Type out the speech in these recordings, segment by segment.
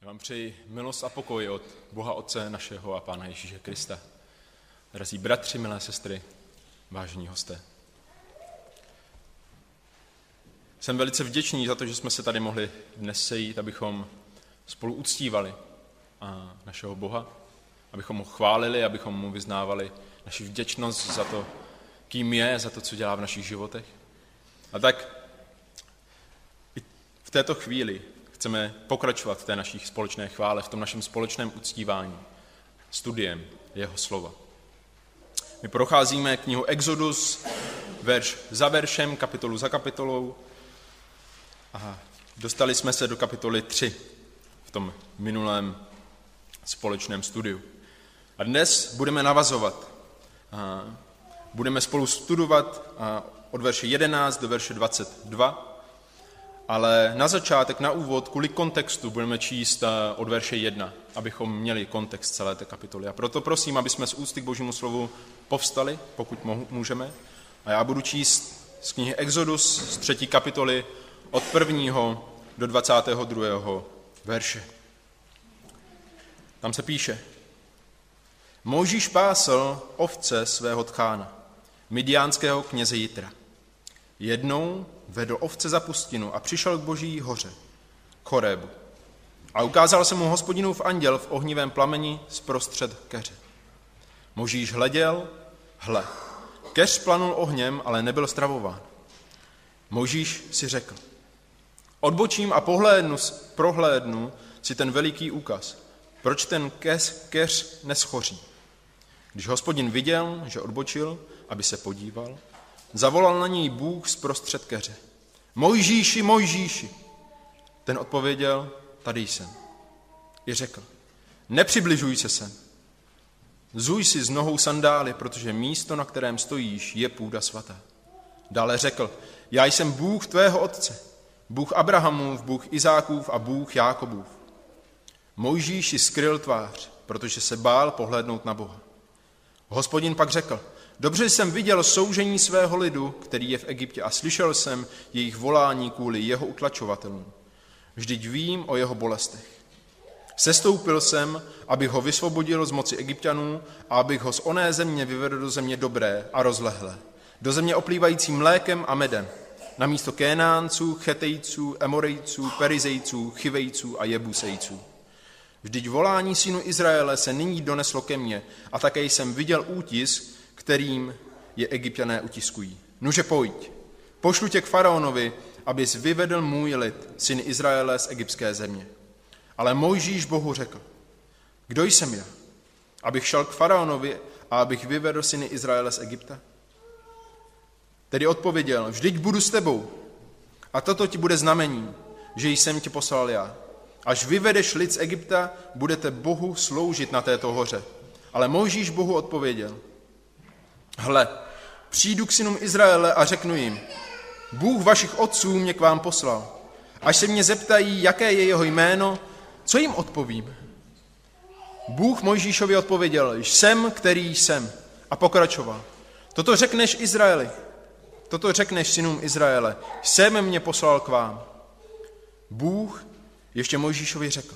Já vám přeji milost a pokoj od Boha Otce našeho a Pána Ježíše Krista. Drazí bratři, milé sestry, vážení hosté. Jsem velice vděčný za to, že jsme se tady mohli dnes sejít, abychom spolu uctívali našeho Boha, abychom ho chválili, abychom mu vyznávali naši vděčnost za to, kým je, za to, co dělá v našich životech. A tak v této chvíli chceme pokračovat v té naší společné chvále, v tom našem společném uctívání, studiem jeho slova. My procházíme knihu Exodus, verš za veršem, kapitolu za kapitolou a dostali jsme se do kapitoly 3 v tom minulém společném studiu. A dnes budeme navazovat. Budeme spolu studovat od verše 11 do verše 22, ale na začátek, na úvod, kvůli kontextu budeme číst od verše 1, abychom měli kontext celé té kapitoly. A proto prosím, aby jsme z úcty k Božímu slovu povstali, pokud můžeme. A já budu číst z knihy Exodus z 3. kapitoly od 1. do 22. verše. Tam se píše: Mojžíš pásl ovce svého tchána, midiánského kněze Jitra. Jednou vedl ovce za pustinu a přišel k Boží hoře, k Horébu. A ukázal se mu Hospodinův anděl v ohnivém plameni zprostřed keře. Mojžíš hleděl, hle, keř planul ohněm, ale nebyl stravován. Mojžíš si řekl: odbočím a prohlédnu si ten veliký úkaz, proč ten keř neschoří. Když Hospodin viděl, že odbočil, aby se podíval, zavolal na něj Bůh zprostřed keře: Mojžíši, Mojžíši! Ten odpověděl: tady jsem. I řekl: nepřibližuj se sem. Zuj si z nohou sandály, protože místo, na kterém stojíš, je půda svatá. Dále řekl: já jsem Bůh tvého otce, Bůh Abrahamův, Bůh Izákův a Bůh Jákobův. Mojžíši skryl tvář, protože se bál pohlédnout na Boha. Hospodin pak řekl: dobře jsem viděl soužení svého lidu, který je v Egyptě, a slyšel jsem jejich volání kvůli jeho utlačovatelům. Vždyť vím o jeho bolestech. Sestoupil jsem, abych ho vysvobodil z moci Egypťanů a abych ho z oné země vyvedl do země dobré a rozlehlé, do země oplývající mlékem a medem, na místo Kénánců, Chetejců, Emorejců, Perizejců, Chivejců a Jebusejců. Vždyť volání synu Izraele se nyní doneslo ke mně a také jsem viděl útisk, kterým je Egypťané utiskují. Nuže pojď, pošlu tě k faraonovi, abys vyvedl můj lid, syn Izraele, z egyptské země. Ale Mojžíš Bohu řekl: kdo jsem já, abych šel k faraonovi a abych vyvedl syny Izraele z Egypta? Tedy odpověděl: vždyť budu s tebou a toto ti bude znamení, že jsem tě poslal já. Až vyvedeš lid z Egypta, budete Bohu sloužit na této hoře. Ale Mojžíš Bohu odpověděl: hle, přijdu k synům Izraele a řeknu jim: Bůh vašich otců mě k vám poslal. Až se mě zeptají, jaké je jeho jméno, co jim odpovím? Bůh Mojžíšovi odpověděl: jsem, který jsem. A pokračoval: toto řekneš Izraeli, toto řekneš synům Izraele, jsem mě poslal k vám. Bůh ještě Mojžíšovi řekl: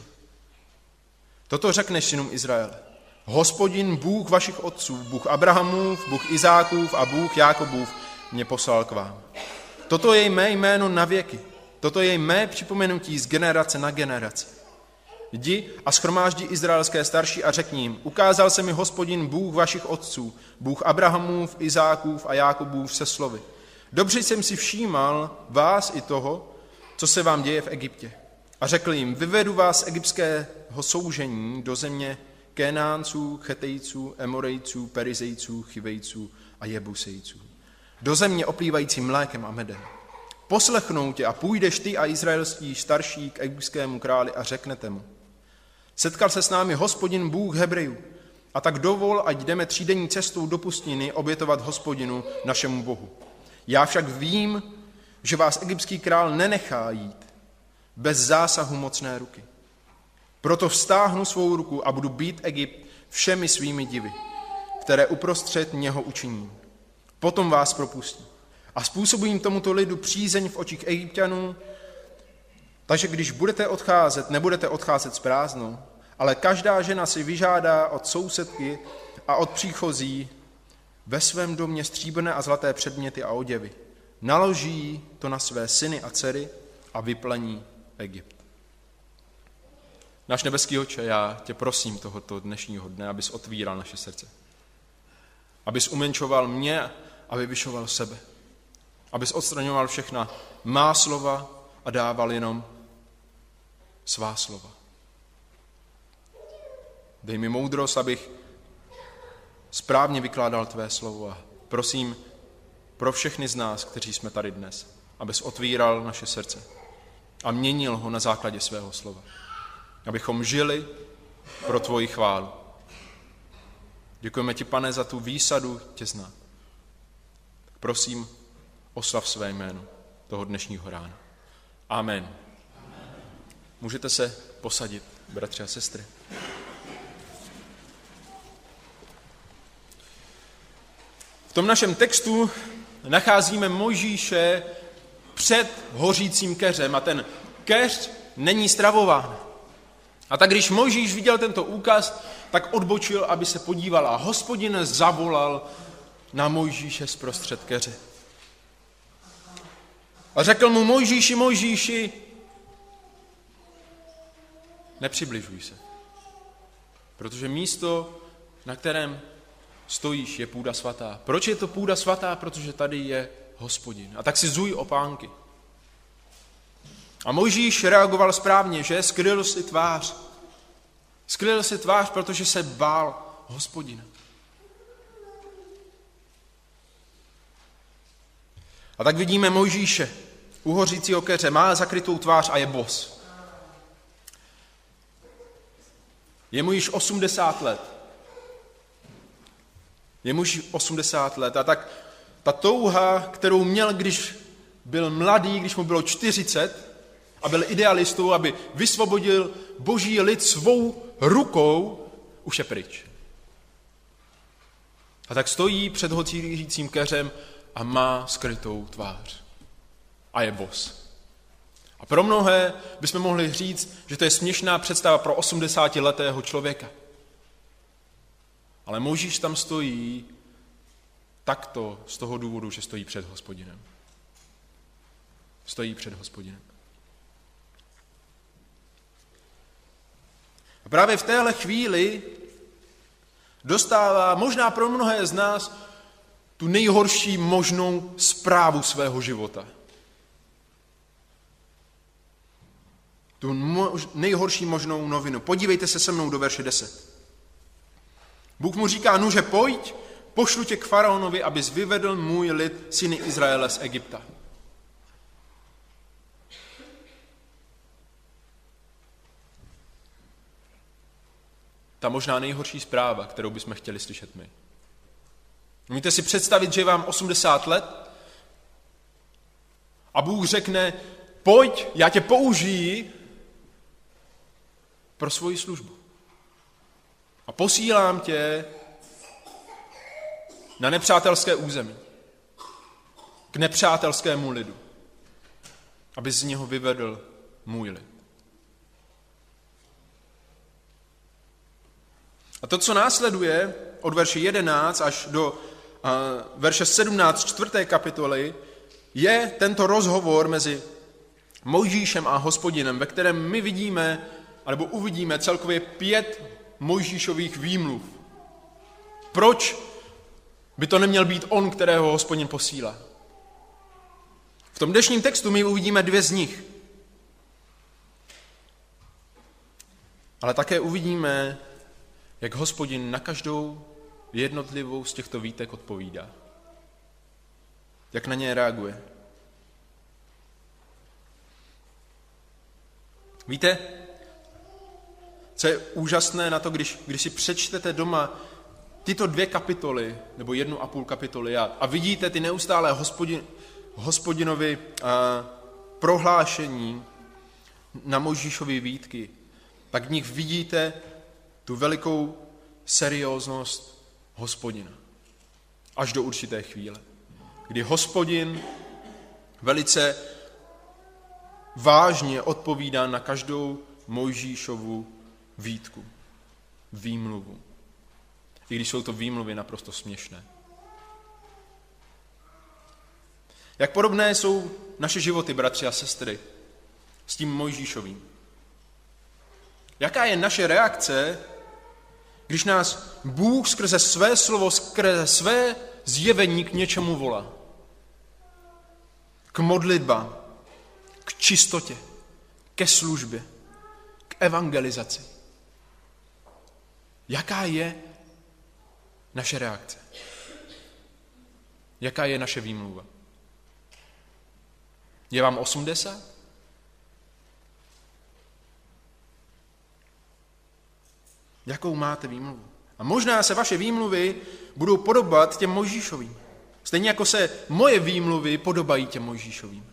toto řekneš synům Izraele: Hospodin, Bůh vašich otců, Bůh Abrahamův, Bůh Izákův a Bůh Jákobův mě poslal k vám. Toto je mé jméno na věky, toto je mé připomenutí z generace na generaci. Jdi a shromáždi izraelské starší a řekni jim: ukázal se mi Hospodin, Bůh vašich otců, Bůh Abrahamův, Izákův a Jákobův se slovy: dobře jsem si všímal vás i toho, co se vám děje v Egyptě. A řekl jim: vyvedu vás z egyptského soužení do země Kénánců, Chetejců, Emorejců, Perizejců, Chivejců a Jebusejců, do země oplývající mlékem a medem. Poslechnou tě a půjdeš ty a izraelský starší k egyptskému králi a řeknete mu: setkal se s námi Hospodin, Bůh Hebrejů, a tak dovol, ať jdeme 3denní cestou do pustiny obětovat Hospodinu, našemu Bohu. Já však vím, že vás egyptský král nenechá jít bez zásahu mocné ruky. Proto vztáhnu svou ruku a budu bít Egypt všemi svými divy, které uprostřed něho učiním. Potom vás propustím a způsobím tomuto lidu přízeň v očích Egypťanů Takže když budete odcházet, nebudete odcházet s prázdnou, ale každá žena si vyžádá od sousedky a od příchozí ve svém domě stříbrné a zlaté předměty a oděvy. Naloží to na své syny a dcery a vyplení Egypt. Náš nebeský Otče, já tě prosím tohoto dnešního dne, abys otvíral naše srdce. Abys umenšoval mě a vyvyšoval sebe. Abys odstraňoval všechna má slova a dával jenom svá slova. Dej mi moudrost, abych správně vykládal tvé slovo a prosím pro všechny z nás, kteří jsme tady dnes, abys otvíral naše srdce a měnil ho na základě svého slova. Abychom žili pro tvoji chválu. Děkujeme ti, Pane, za tu výsadu tě znát. Prosím, oslav své jméno toho dnešního rána. Amen. Můžete se posadit, bratři a sestry. V tom našem textu nacházíme Mojžíše před hořícím keřem a ten keř není stravován. A tak když Mojžíš viděl tento úkaz, tak odbočil, aby se podíval a Hospodin zavolal na Mojžíše zprostřed keře. A řekl mu: Mojžíši, Mojžíši, nepřibližuj se, protože místo, na kterém stojíš, je půda svatá. Proč je to půda svatá? Protože tady je Hospodin. A tak si zuj opánky. A Mojžíš reagoval správně, že skryl si tvář. Skryl si tvář, protože se bál Hospodina. A tak vidíme Mojžíše u hořícího keře, má zakrytou tvář a je bos. Je mu již 80 let. Je mu již 80 let. A tak ta touha, kterou měl, když byl mladý, když mu bylo 40 a byl idealistou, aby vysvobodil boží lid svou rukou, už je pryč. A tak stojí před hořícím keřem a má skrytou tvář. A je bos. A pro mnohé bychom mohli říct, že to je směšná představa pro 80letého člověka. Ale Mojžíš tam stojí takto z toho důvodu, že stojí před Hospodinem. Stojí před Hospodinem. A právě v téhle chvíli dostává možná pro mnohé z nás tu nejhorší možnou zprávu svého života. Tu nejhorší možnou novinu. Podívejte se se mnou do verše 10. Bůh mu říká: nuže pojď, pošlu tě k faraonovi, abys vyvedl můj lid, syny Izraele, z Egypta. Ta možná nejhorší zpráva, kterou bychom chtěli slyšet my. Můžete si představit, že je vám 80 let a Bůh řekne: pojď, já tě použiji pro svoji službu. A posílám tě na nepřátelské území, k nepřátelskému lidu, aby z něho vyvedl můj lid. A to, co následuje od verše 11 až do verše 17 4. kapitoly, je tento rozhovor mezi Mojžíšem a Hospodinem, ve kterém my vidíme, anebo uvidíme celkově 5 Mojžíšových výmluv. Proč by to neměl být on, kterého Hospodin posílá? V tom dnešním textu my uvidíme 2 z nich. Ale také uvidíme, jak Hospodin na každou jednotlivou z těchto výtek odpovídá. Jak na ně reaguje. Víte, co je úžasné na to, když si přečtete doma tyto 2 kapitoly, nebo 1,5 kapitoly a vidíte ty neustále Hospodinovi prohlášení na Mojžíšovy výtky, tak v nich vidíte tu velikou serióznost Hospodina. Až do určité chvíle, kdy Hospodin velice vážně odpovídá na každou Mojžíšovu výtku, výmluvu. I když jsou to výmluvy naprosto směšné. Jak podobné jsou naše životy, bratři a sestry, s tím Mojžíšovým? Jaká je naše reakce, když nás Bůh skrze své slovo, skrze své zjevení k něčemu volá? K modlitbám, k čistotě, ke službě, k evangelizaci. Jaká je naše reakce? Jaká je naše výmluva? Je vám 80? Jakou máte výmluvu? A možná se vaše výmluvy budou podobat těm Mojžíšovým. Stejně jako se moje výmluvy podobají těm Mojžíšovým.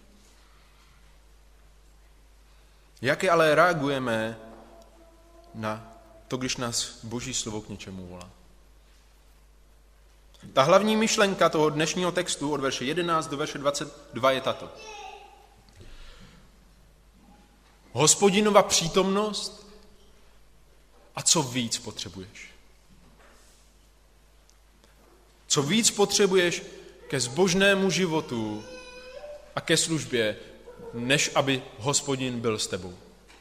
Jak ale reagujeme na to, když nás Boží slovo k něčemu volá? Ta hlavní myšlenka toho dnešního textu od verše 11 do verše 22 je tato. Hospodinova přítomnost a co víc potřebuješ? Co víc potřebuješ ke zbožnému životu a ke službě, než aby Hospodin byl s tebou?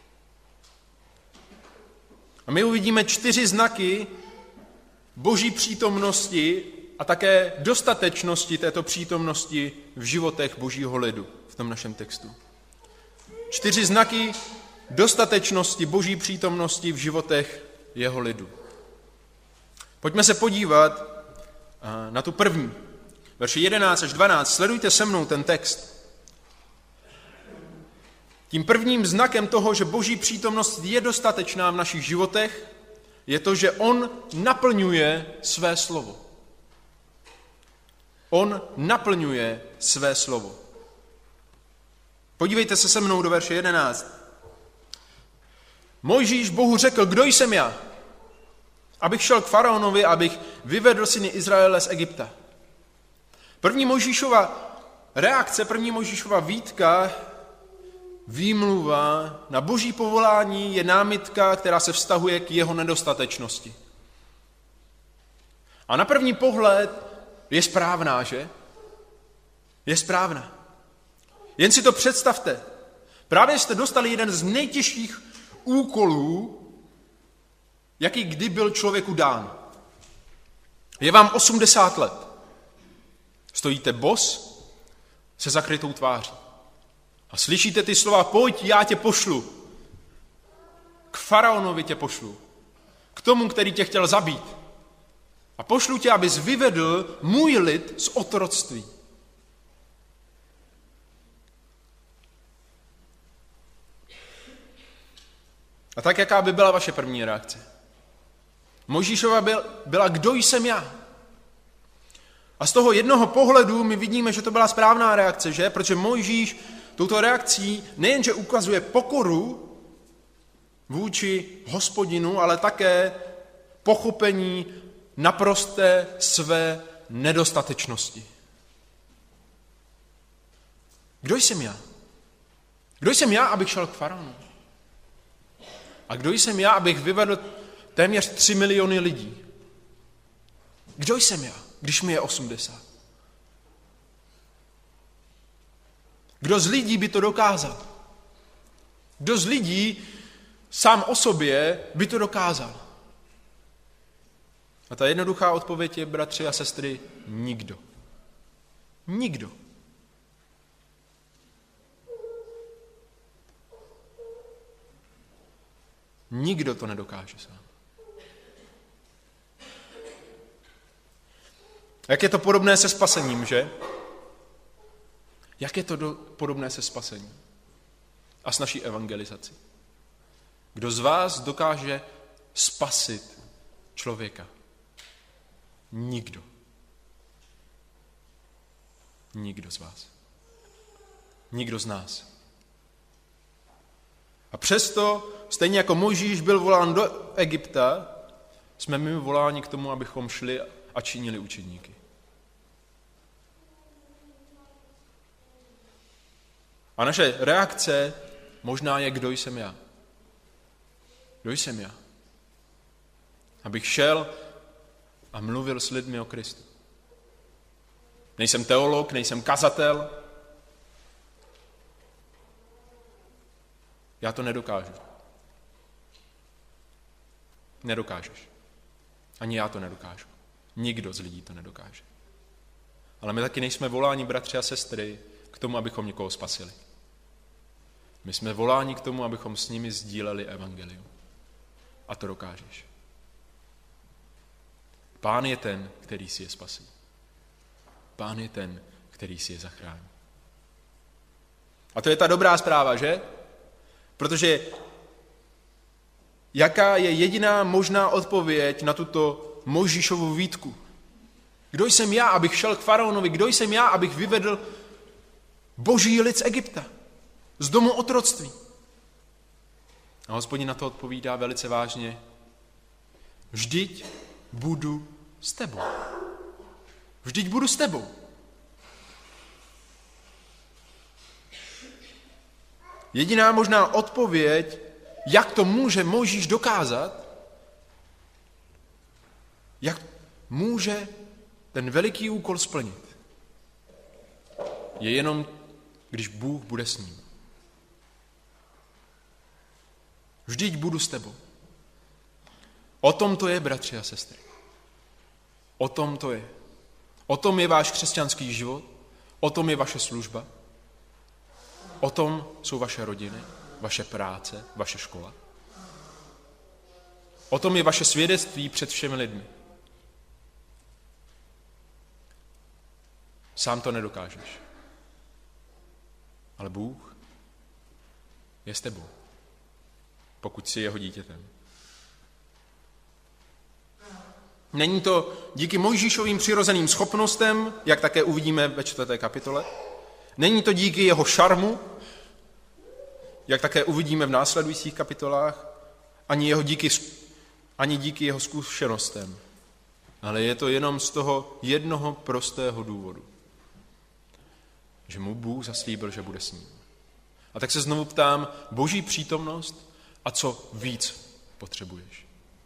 A my uvidíme 4 znaky Boží přítomnosti a také dostatečnosti této přítomnosti v životech Božího lidu v tom našem textu. 4 znaky dostatečnosti Boží přítomnosti v životech jeho lidu. Pojďme se podívat na tu první. Verše 11 až 12. Sledujte se mnou ten text. Tím prvním znakem toho, že Boží přítomnost je dostatečná v našich životech, je to, že on naplňuje své slovo. On naplňuje své slovo. Podívejte se mnou do verše 11. Mojžíš Bohu řekl, kdo jsem já, abych šel k faraonovi, abych vyvedl syny Izraele z Egypta. První Mojžíšova reakce, první Mojžíšova výtka, výmluva na Boží povolání je námitka, která se vztahuje k jeho nedostatečnosti. A na první pohled je správná, že? Je správná. Jen si to představte. Právě jste dostali jeden z nejtěžších úkolů, jaký kdy byl člověku dán. Je vám 80 let. Stojíte bos se zakrytou tváří. A slyšíte ty slova, pojď, já tě pošlu. K faraonovi tě pošlu. K tomu, který tě chtěl zabít. A pošlu tě, abys vyvedl můj lid z otroctví. A tak, jaká by byla vaše první reakce? Mojžíšova byla, kdo jsem já? A z toho jednoho pohledu my vidíme, že to byla správná reakce, že? Protože Mojžíš touto reakcí nejenže ukazuje pokoru vůči Hospodinu, ale také pochopení naprosté své nedostatečnosti. Kdo jsem já? Kdo jsem já, abych šel k faraonu? A kdo jsem já, abych vyvedl téměř 3 miliony lidí? Kdo jsem já, když mi je 80? Kdo z lidí by to dokázal? Kdo z lidí sám o sobě by to dokázal? A ta jednoduchá odpověď je, bratři a sestry, nikdo. Nikdo. Nikdo to nedokáže sám. Jak je to podobné se spasením, že? Jak je to podobné se spasením a s naší evangelizací? Kdo z vás dokáže spasit člověka? Nikdo. Nikdo z vás. Nikdo z nás. A přesto, stejně jako Mojžíš byl volán do Egypta, jsme my voláni k tomu, abychom šli a činili učedníky. A naše reakce možná je, kdo jsem já. Kdo jsem já? Abych šel a mluvil s lidmi o Kristu. Nejsem teolog, nejsem kazatel. Já to nedokážu. Nedokážeš. Ani já to nedokážu. Nikdo z lidí to nedokáže. Ale my taky nejsme voláni, bratři a sestry, k tomu, abychom někoho spasili. My jsme voláni k tomu, abychom s nimi sdíleli evangelium. A to dokážeš. Pán je ten, který si je spasí. Pán je ten, který si je zachrání. A to je ta dobrá zpráva, že? Protože jaká je jediná možná odpověď na tuto Mojžíšovu výtku? Kdo jsem já, abych šel k faraonovi? Kdo jsem já, abych vyvedl boží lid z Egypta? Z domu otroctví. A Hospodin na to odpovídá velice vážně. Vždyť budu s tebou. Vždyť budu s tebou. Jediná možná odpověď, jak to může Mojžíš dokázat, jak může ten veliký úkol splnit, je jenom, když Bůh bude s ním. Vždyť budu s tebou. O tom to je, bratři a sestry. O tom to je. O tom je váš křesťanský život, o tom je vaše služba, o tom jsou vaše rodiny, vaše práce, vaše škola. O tom je vaše svědectví před všemi lidmi. Sám to nedokážeš. Ale Bůh je s tebou, pokud jsi jeho dítětem. Není to díky Mojžíšovým přirozeným schopnostem, jak také uvidíme ve 4. kapitole. Není to díky jeho šarmu, jak také uvidíme v následujících kapitolách, ani díky jeho zkušenostem. Ale je to jenom z toho jednoho prostého důvodu. Že mu Bůh zaslíbil, že bude s ním. A tak se znovu ptám, boží přítomnost a co víc potřebuješ?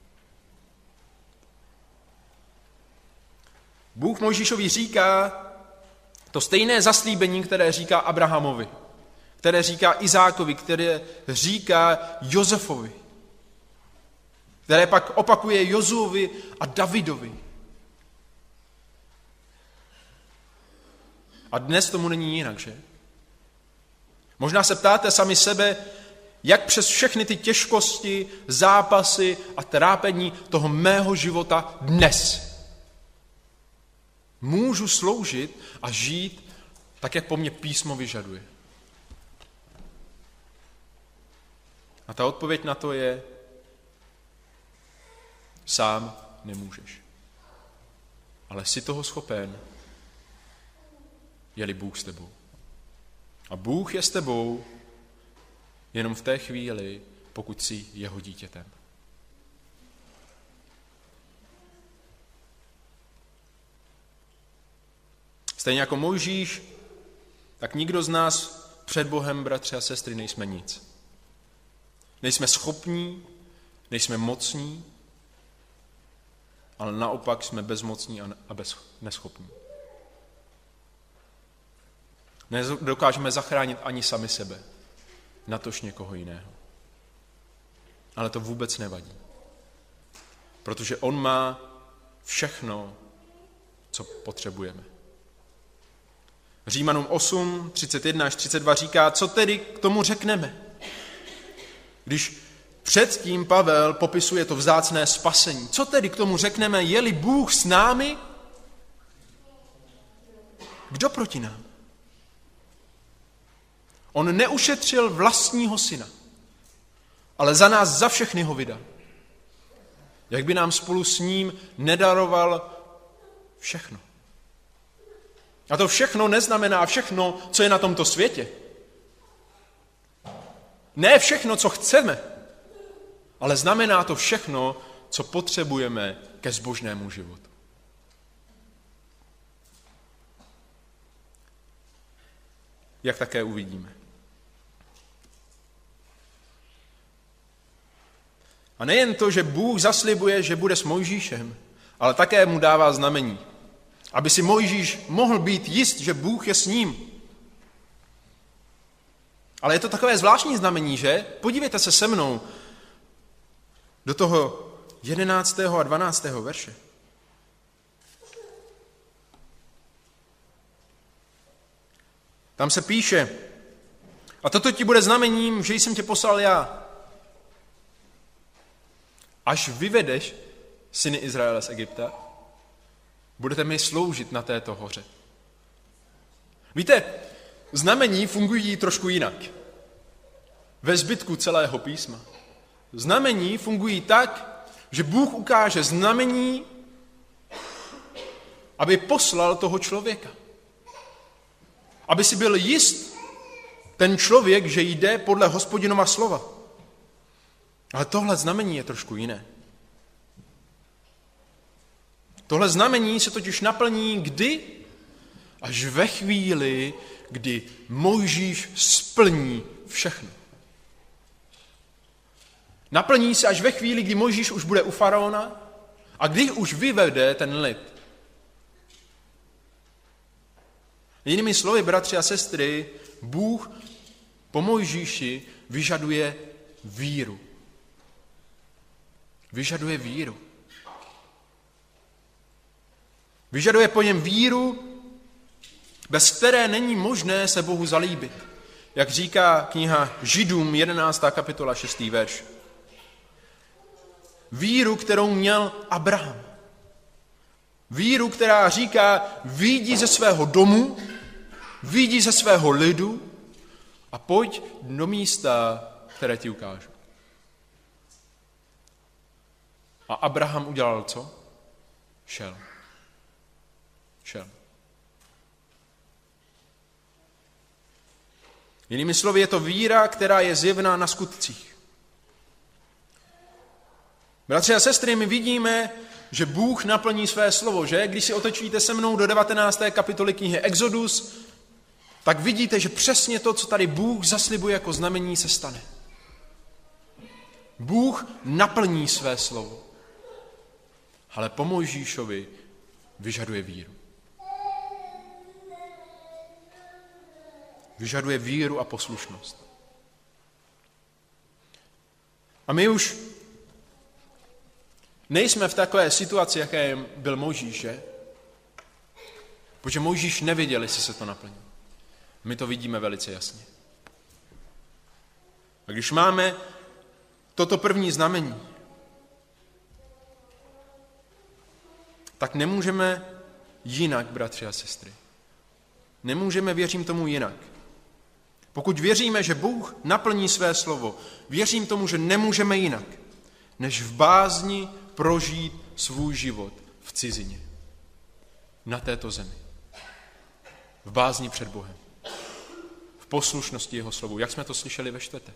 Bůh Mojžíšovi říká to stejné zaslíbení, které říká Abrahamovi, které říká Izákovi, které říká Josefovi, které pak opakuje Jozuovi a Davidovi. A dnes tomu není jinak, že? Možná se ptáte sami sebe, jak přes všechny ty těžkosti, zápasy a trápení toho mého života dnes můžu sloužit a žít tak, jak po mně písmo vyžaduje. A ta odpověď na to je, sám nemůžeš. Ale jsi toho schopen, je-li Bůh s tebou. A Bůh je s tebou jenom v té chvíli, pokud jsi jeho dítětem. Stejně jako Mojžíš, tak nikdo z nás před Bohem, bratři a sestry, nejsme nic. Nejsme schopní, nejsme mocní, ale naopak jsme bezmocní a neschopní. Nedokážeme zachránit ani sami sebe, natož někoho jiného. Ale to vůbec nevadí, protože on má všechno, co potřebujeme. Římanům 8, 31 až 32 říká, co tedy k tomu řekneme? Když předtím Pavel popisuje to vzácné spasení. Co tedy k tomu řekneme, je-li Bůh s námi? Kdo proti nám? On neušetřil vlastního syna, ale za nás za všechny ho vydal. Jak by nám spolu s ním nedaroval všechno. A to všechno neznamená všechno, co je na tomto světě. Ne všechno, co chceme, ale znamená to všechno, co potřebujeme ke zbožnému životu. Jak také uvidíme. A nejen to, že Bůh zaslibuje, že bude s Mojžíšem, ale také mu dává znamení, aby si Mojžíš mohl být jist, že Bůh je s ním. Ale je to takové zvláštní znamení, že? Podívejte se se mnou do toho 11. a 12. verše. Tam se píše: a toto ti bude znamením, že jsem tě poslal já. Až vyvedeš syny Izraele z Egypta, budete mi sloužit na této hoře. Víte, znamení fungují trošku jinak. Ve zbytku celého písma. Znamení fungují tak, že Bůh ukáže znamení, aby poslal toho člověka. Aby si byl jist ten člověk, že jde podle Hospodinova slova. Ale tohle znamení je trošku jiné. Tohle znamení se totiž naplní kdy? Až ve chvíli, kdy Mojžíš splní všechno. Naplní se až ve chvíli, kdy Mojžíš už bude u faraona a kdy už vyvede ten lid. Jinými slovy, bratři a sestry, Bůh po Mojžíši vyžaduje víru. Vyžaduje víru. Vyžaduje po něm víru, bez které není možné se Bohu zalíbit. Jak říká kniha Židům 11. kapitola 6. verš. Víru, kterou měl Abraham. Víru, která říká, vyjdi ze svého domu, vyjdi ze svého lidu a pojď do místa, které ti ukážu. A Abraham udělal co? Šel. Jinými slovy, je to víra, která je zjevná na skutcích. Bratři a sestry, my vidíme, že Bůh naplní své slovo, že? Když si otočíte se mnou do 19. kapitoly knihy Exodus, tak vidíte, že přesně to, co tady Bůh zaslibuje jako znamení, se stane. Bůh naplní své slovo, ale po Mojžíšovi vyžaduje víru. Vyžaduje víru a poslušnost. A my už nejsme v takové situaci, jaké byl Mojžíš, že? Protože Mojžíš nevěděl, jestli se to naplní. My to vidíme velice jasně. A když máme toto první znamení, tak nemůžeme jinak, bratři a sestry. Nemůžeme, věřím tomu, jinak. Pokud věříme, že Bůh naplní své slovo, věřím tomu, že nemůžeme jinak, než v bázni prožít svůj život v cizině. Na této zemi. V bázni před Bohem. V poslušnosti jeho slovu. Jak jsme to slyšeli ve čtvrtek.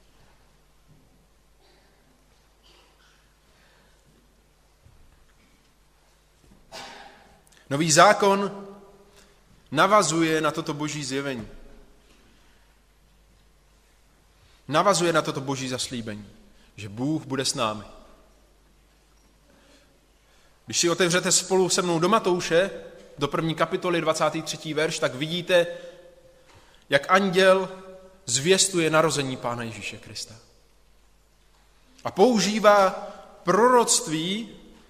Nový zákon navazuje na toto boží zjevení. Navazuje na toto boží zaslíbení, že Bůh bude s námi. Když si otevřete spolu se mnou do Matouše, do 1. kapitoly 23. verš, tak vidíte, jak anděl zvěstuje narození Pána Ježíše Krista. A používá proroctví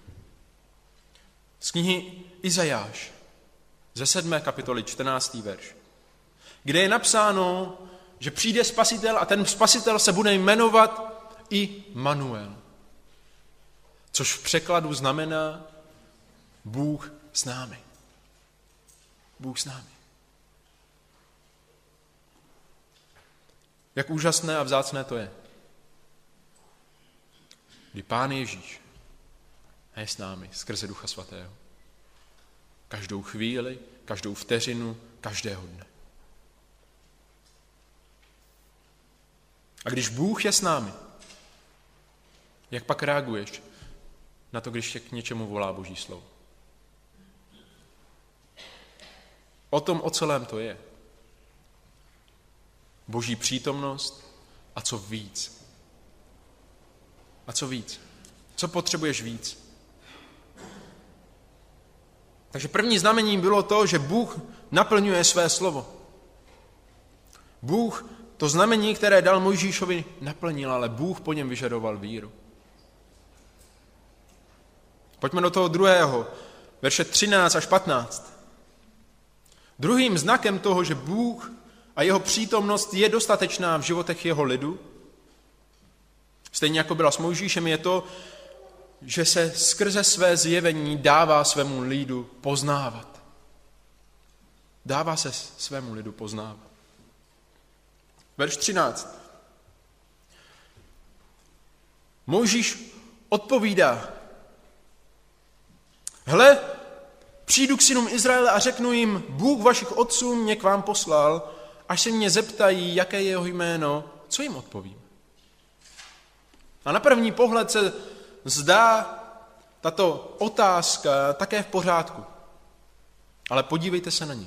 z knihy Izajáš, ze 7. kapitoly 14. verš, kde je napsáno, že přijde spasitel a ten spasitel se bude jmenovat Immanuel, což v překladu znamená Bůh s námi. Bůh s námi. Jak úžasné a vzácné to je. Kdy Pán Ježíš je s námi skrze Ducha Svatého. Každou chvíli, každou vteřinu, každého dne. A když Bůh je s námi, jak pak reaguješ na to, když tě k něčemu volá Boží slovo? O celém to je. Boží přítomnost a co víc. A co víc? Co potřebuješ víc? Takže první znamení bylo to, že Bůh naplňuje své slovo. Bůh to znamení, které dal Mojžíšovi, naplnil, ale Bůh po něm vyžadoval víru. Pojďme do toho druhého, verše 13 až 15. Druhým znakem toho, že Bůh a jeho přítomnost je dostatečná v životech jeho lidu, stejně jako byla s Mojžíšem, je to, že se skrze své zjevení dává svému lidu poznávat. Dává se svému lidu poznávat. Verš 13. Mojžíš odpovídá: Hle, přijdu k synům Izraele a řeknu jim, Bůh vašich otců mě k vám poslal, až se mě zeptají, jaké je jeho jméno, co jim odpovím? A na první pohled se zdá tato otázka také v pořádku. Ale podívejte se na ní.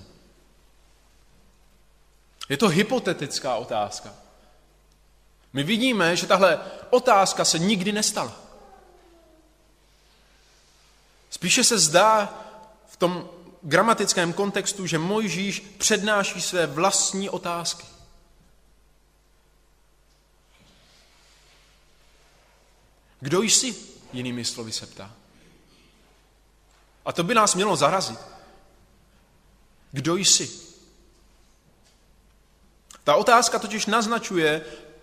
Je to hypotetická otázka. My vidíme, že tahle otázka se nikdy nestala. Spíše se zdá v tom gramatickém kontextu, že Mojžíš přednáší své vlastní otázky. Kdo jsi? Jinými slovy se ptá. A to by nás mělo zarazit. Kdo jsi? Ta otázka totiž naznačuje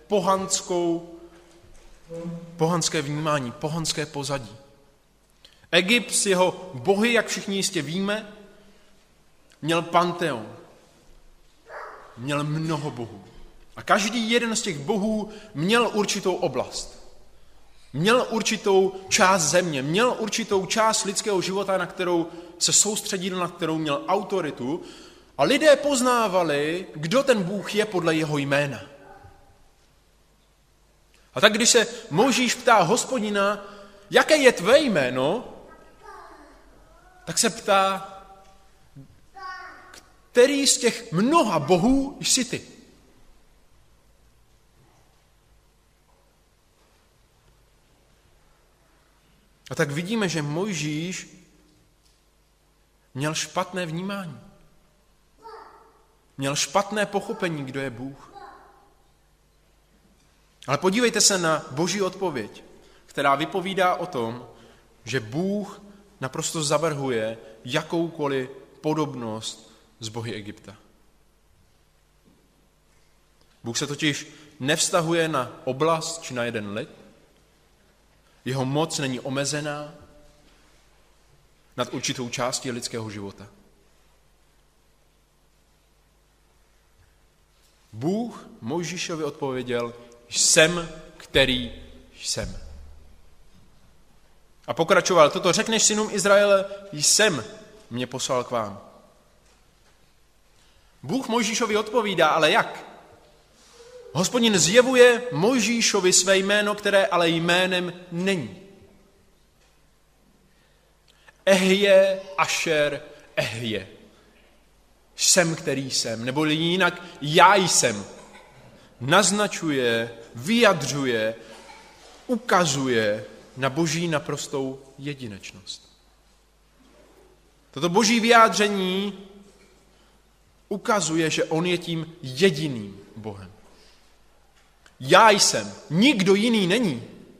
pohanské vnímání, pohanské pozadí. Egypt s jeho bohy, jak všichni jistě víme, měl panteon. Měl mnoho bohů. A každý jeden z těch bohů měl určitou oblast. Měl určitou část země, měl určitou část lidského života, na kterou se soustředil, na kterou měl autoritu. A lidé poznávali, kdo ten Bůh je podle jeho jména. A tak když se Mojžíš ptá Hospodina, jaké je tvé jméno, tak se ptá, který z těch mnoha bohů jsi ty? A tak vidíme, že Mojžíš měl špatné vnímání. Měl špatné pochopení, kdo je Bůh. Ale podívejte se na Boží odpověď, která vypovídá o tom, že Bůh naprosto zavrhuje jakoukoliv podobnost s bohy Egypta. Bůh se totiž nevztahuje na oblast či na jeden lid. Jeho moc není omezená nad určitou částí lidského života. Bůh Mojžíšovi odpověděl, jsem, který jsem. A pokračoval, toto řekneš synům Izraele, jsem mě poslal k vám. Bůh Mojžíšovi odpovídá, ale jak? Hospodin zjevuje Mojžíšovi své jméno, které ale jménem není. Ehje, Ašer, Ehje. Jsem, který jsem, nebo jinak já jsem. Naznačuje, vyjadřuje, ukazuje na Boží naprostou jedinečnost. Toto Boží vyjádření ukazuje, že on je tím jediným Bohem. Já jsem, nikdo jiný není.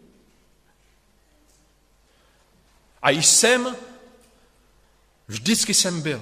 A jsem, vždycky jsem byl.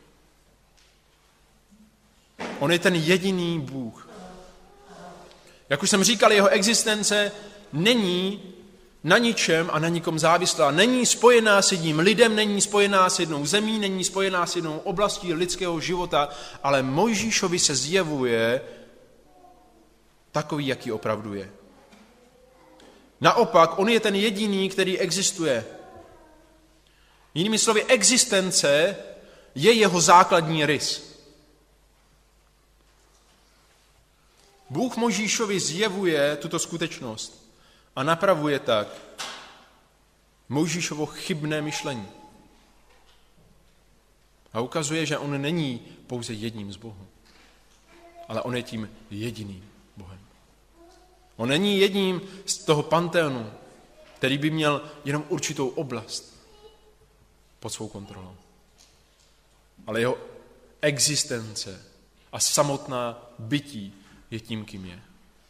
On je ten jediný Bůh. Jak už jsem říkal, jeho existence není na ničem a na nikom závislá. Není spojená s jedním lidem, není spojená s jednou zemí, není spojená s jednou oblastí lidského života, ale Mojžíšovi se zjevuje takový, jaký opravdu je. Naopak, on je ten jediný, který existuje. Jinými slovy, existence je jeho základní rys. Bůh Mojžíšovi zjevuje tuto skutečnost a napravuje tak Mojžíšovo chybné myšlení. A ukazuje, že on není pouze jedním z Bohů, ale on je tím jediným Bohem. On není jedním z toho panteonu, který by měl jenom určitou oblast pod svou kontrolou. Ale jeho existence a samotná bytí je tím, kým je.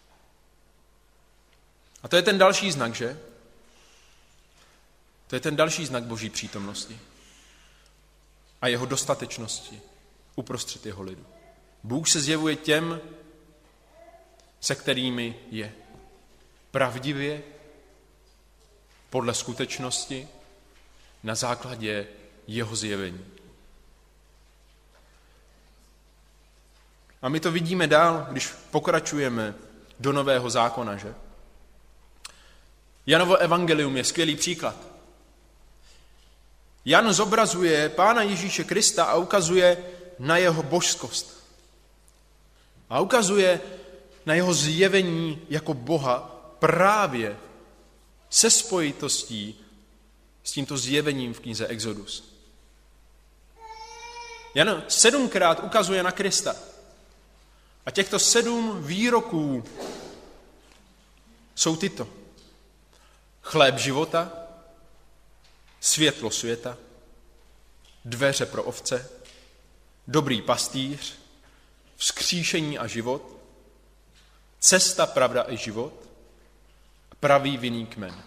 A to je ten další znak, že? To je ten další znak Boží přítomnosti a jeho dostatečnosti uprostřed jeho lidu. Bůh se zjevuje těm, se kterými je. Pravdivě, podle skutečnosti, na základě jeho zjevení. A my to vidíme dál, když pokračujeme do Nového zákona, že? Janovo evangelium je skvělý příklad. Jan zobrazuje Pána Ježíše Krista a ukazuje na jeho božskost. A ukazuje na jeho zjevení jako Boha právě se spojitostí s tímto zjevením v knize Exodus. Jan 7krát ukazuje na Krista. A těchto 7 výroků jsou tyto. Chléb života, světlo světa, dveře pro ovce, dobrý pastýř, vzkříšení a život, cesta, pravda i život, pravý vinný kmen.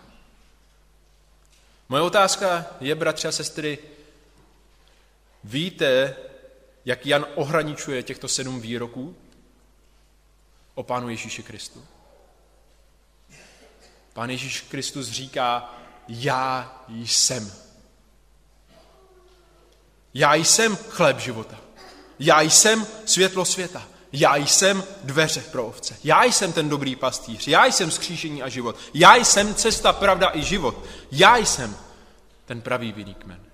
Moje otázka je, bratři a sestry, víte, jak Jan ohraničuje těchto 7 výroků o Pánu Ježíši Kristu? Pán Ježíš Kristus říká, já jsem. Já jsem chléb života. Já jsem světlo světa. Já jsem dveře pro ovce. Já jsem ten dobrý pastýř. Já jsem vzkříšení a život. Já jsem cesta, pravda i život. Já jsem ten pravý vinný kmen.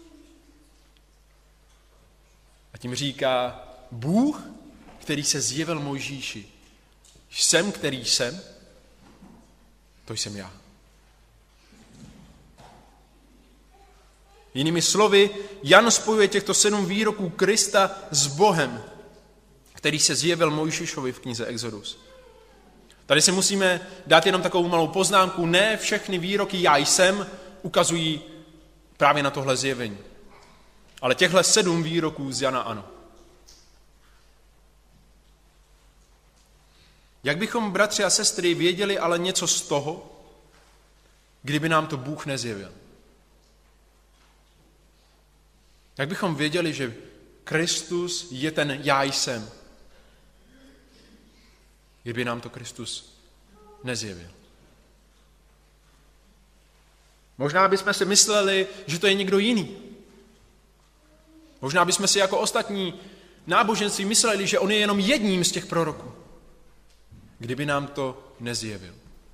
A tím říká Bůh, který se zjevil Mojžíši. Jsem, který jsem, to jsem já. Jinými slovy, Jan spojuje těchto 7 výroků Krista s Bohem, který se zjevil Mojžíšovi v knize Exodus. Tady si musíme dát jenom takovou malou poznámku. Ne všechny výroky já jsem ukazují právě na tohle zjevení. Ale těchto 7 výroků z Jana ano. Jak bychom, bratři a sestry, věděli ale něco z toho, kdyby nám to Bůh nezjevil? Jak bychom věděli, že Kristus je ten já jsem, kdyby nám to Kristus nezjevil? Možná bychom si mysleli, že to je někdo jiný. Možná bychom si jako ostatní náboženství mysleli, že on je jenom jedním z těch proroků, kdyby nám to nezjevil.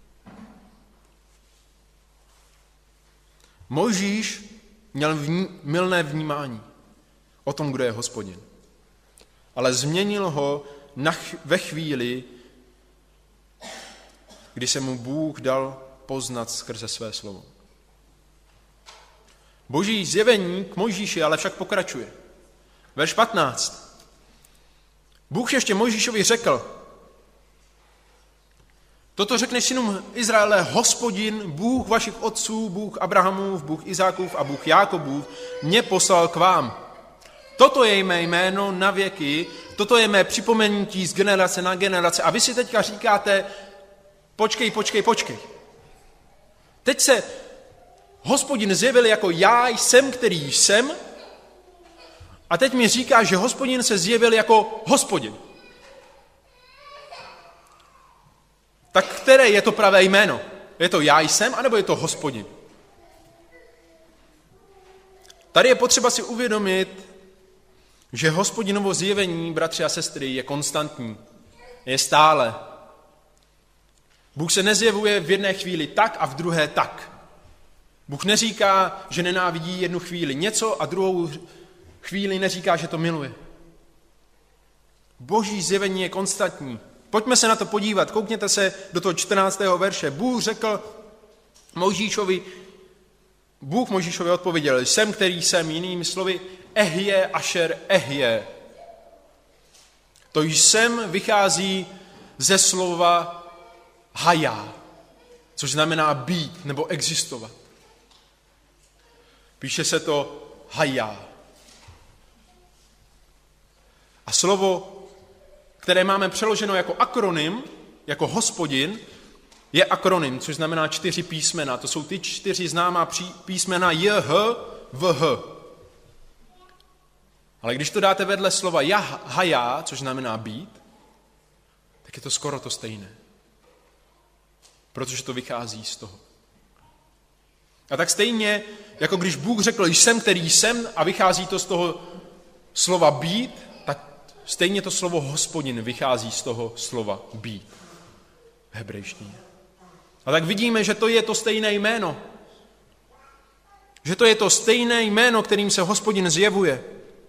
Mojžíš měl mylné vnímání o tom, kdo je Hospodin, ale změnil ho ve chvíli, kdy se mu Bůh dal poznat skrze své slovo. Boží zjevení k Mojžíši ale však pokračuje. Verš 15. Bůh ještě Mojžíšovi řekl, toto řekneš synům Izraele, Hospodin, Bůh vašich otců, Bůh Abrahamův, Bůh Izákův a Bůh Jákobův, mě poslal k vám. Toto je mé jméno na věky, toto je mé připomenutí z generace na generace. A vy si teďka říkáte, počkej. Teď se Hospodin zjevil jako já jsem, který jsem, a teď mi říká, že Hospodin se zjevil jako Hospodin. Tak které je to pravé jméno? Je to já jsem, anebo je to Hospodin? Tady je potřeba si uvědomit, že Hospodinovo zjevení, bratři a sestry, je konstantní, je stále. Bůh se nezjevuje v jedné chvíli tak a v druhé tak. Bůh neříká, že nenávidí jednu chvíli něco a druhou chvíli neříká, že to miluje. Boží zjevení je konstantní. Pojďme se na to podívat, koukněte se do toho 14. verše. Bůh Mojžíšovi odpověděl, jsem, který jsem, jinými slovy, ehje ašer ehje. To jsem vychází ze slova hajá. což znamená být nebo existovat. Píše se to Hajá. A slovo, které máme přeloženo jako akronym, jako Hospodin, je akronym, což znamená 4 písmena. To jsou ty 4 známá písmena J-H, V-H. Ale když to dáte vedle slova Hajá, což znamená být, tak je to skoro to stejné. Protože to vychází z toho. A tak stejně, jako když Bůh řekl jsem, který jsem, a vychází to z toho slova být, tak stejně to slovo Hospodin vychází z toho slova být v hebrejštině. A tak vidíme, že to je to stejné jméno. Že to je to stejné jméno, kterým se Hospodin zjevuje.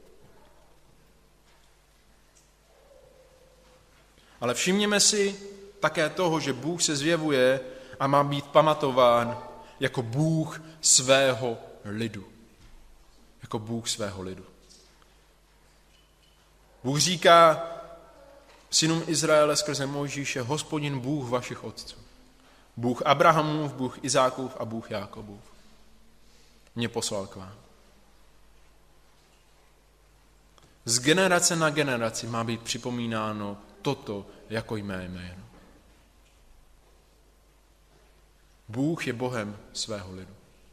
Ale všimněme si také toho, že Bůh se zjevuje a má být pamatován jako Bůh svého lidu. Jako Bůh svého lidu. Bůh říká synům Izraele skrze Mojžíše, Hospodin Bůh vašich otců. Bůh Abrahamův, Bůh Izákův a Bůh Jákobův mě poslal k vám. Z generace na generaci má být připomínáno toto jako mé jméno. Bůh je Bohem svého lidu.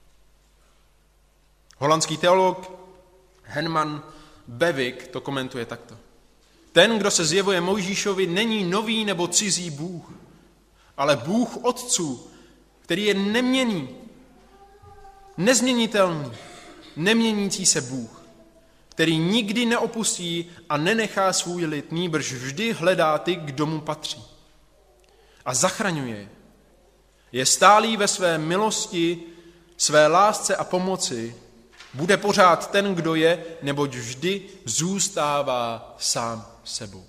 Holandský teolog Herman Bavinck to komentuje takto. Ten, kdo se zjevuje Mojžíšovi, není nový nebo cizí Bůh, ale Bůh otců, který je neměnný, nezměnitelný, neměnící se Bůh, který nikdy neopustí a nenechá svůj lid, nýbrž vždy hledá ty, kdo mu patří. A zachraňuje je. Je stálý ve své milosti, své lásce a pomoci, bude pořád ten, kdo je, neboť vždy zůstává sám sebou.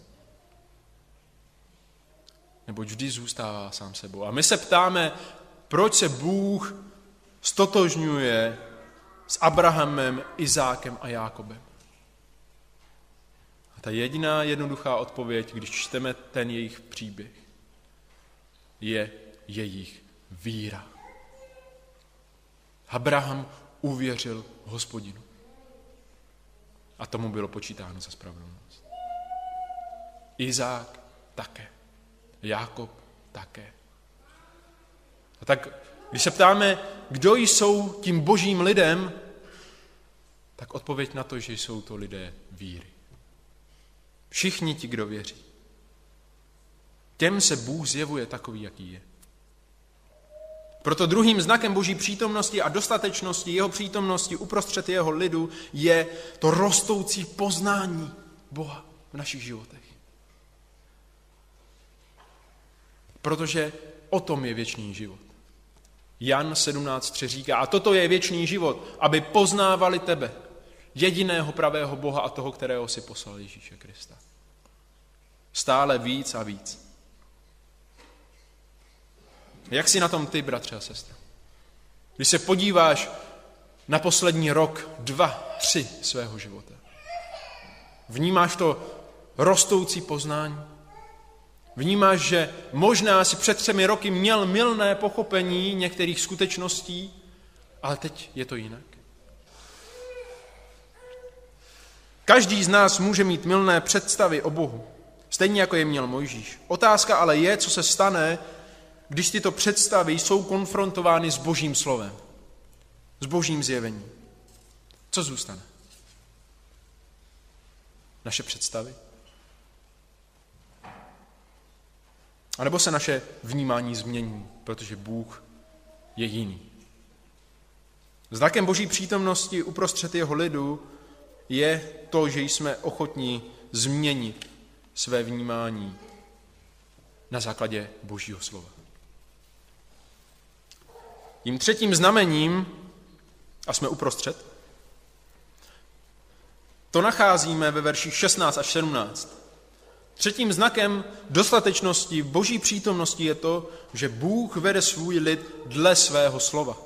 Neboť vždy zůstává sám sebou. A my se ptáme, proč se Bůh stotožňuje s Abrahamem, Izákem a Jákobem. A ta jediná jednoduchá odpověď, když čteme ten jejich příběh, je jejich víra. Abraham uvěřil Hospodinu. A tomu bylo počítáno za spravedlnost. Izák také. Jákob také. A tak, když se ptáme, kdo jsou tím božím lidem, tak odpověď na to, že jsou to lidé víry. Všichni ti, kdo věří. Těm se Bůh zjevuje takový, jaký je. Proto druhým znakem boží přítomnosti a dostatečnosti jeho přítomnosti uprostřed jeho lidu je to rostoucí poznání Boha v našich životech. Protože o tom je věčný život. Jan 17.3 říká, a toto je věčný život, aby poznávali tebe, jediného pravého Boha a toho, kterého si poslal Ježíše Krista. Stále víc a víc. Jak jsi na tom ty, bratře a sestry? Když se podíváš na poslední rok, 2, 3 svého života, vnímáš to rostoucí poznání? Vnímáš, že možná si před 3 roky měl mylné pochopení některých skutečností, ale teď je to jinak? Každý z nás může mít mylné představy o Bohu, stejně jako je měl Mojžíš. Otázka ale je, co se stane, když tyto představy jsou konfrontovány s Božím slovem, s Božím zjevením. Co zůstane? Naše představy? A nebo se naše vnímání změní, protože Bůh je jiný. Znakem Boží přítomnosti uprostřed jeho lidu je to, že jsme ochotní změnit své vnímání na základě Božího slova. Tím třetím znamením, a jsme uprostřed, to nacházíme ve verších 16 až 17. Třetím znakem dostatečnosti Boží přítomnosti je to, že Bůh vede svůj lid dle svého slova.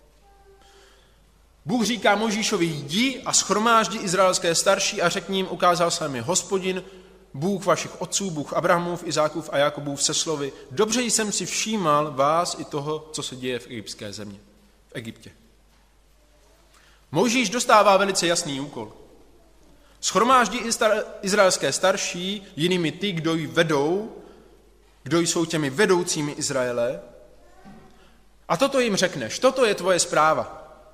Bůh říká Mojžíšovi, jdi a shromáždi izraelské starší a řekni jim, ukázal se mi Hospodin, Bůh vašich otců, Bůh Abrahamův, Izákův a Jakobův se slovy: dobře jsem si všímal vás i toho, co se děje v egyptské země, v Egyptě. Mojžíš dostává velice jasný úkol. Shromáždí izraelské starší, jinými ty, kdo ji vedou, kdo jsou těmi vedoucími Izraele. A toto jim řekneš, toto je tvoje zpráva.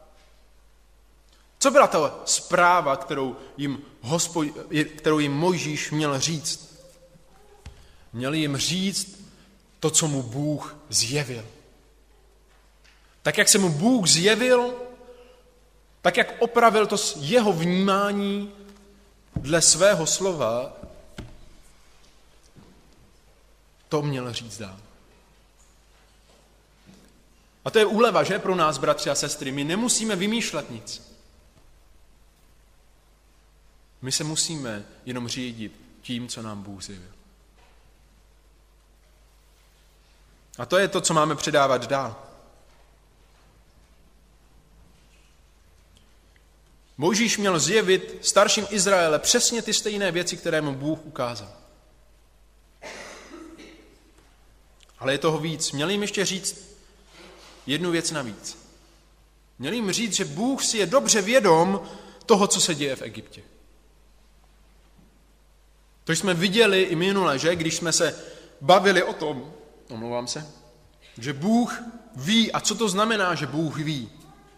Co byla ta zpráva, kterou jim Mojžíš měl říct? Měl jim říct to, co mu Bůh zjevil. Tak, jak se mu Bůh zjevil, tak, jak opravil to jeho vnímání dle svého slova, to měl říct dál. A to je úleva, že, pro nás, bratři a sestry? My nemusíme vymýšlet nic. My se musíme jenom řídit tím, co nám Bůh zjevil. A to je to, co máme předávat dál. Mojžíš měl zjevit starším Izraele přesně ty stejné věci, které mu Bůh ukázal. Ale je toho víc. Měl jim ještě říct jednu věc navíc. Měl jim říct, že Bůh si je dobře vědom toho, co se děje v Egyptě. To jsme viděli i minule, že? Když jsme se bavili o tom, že Bůh ví. A co to znamená, že Bůh ví?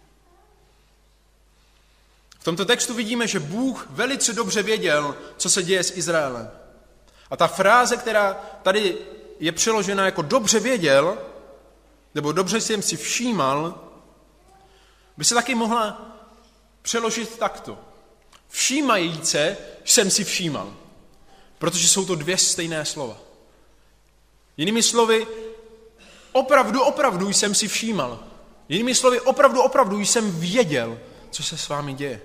V tomto textu vidíme, že Bůh velice dobře věděl, co se děje s Izraelem. A ta fráze, která tady je přeložena jako dobře věděl, nebo dobře jsem si všímal, by se taky mohla přeložit takto. Všímajíce jsem si všímal, protože jsou to dvě stejné slova. Jinými slovy, opravdu jsem si všímal. Jinými slovy, opravdu jsem věděl, co se s vámi děje.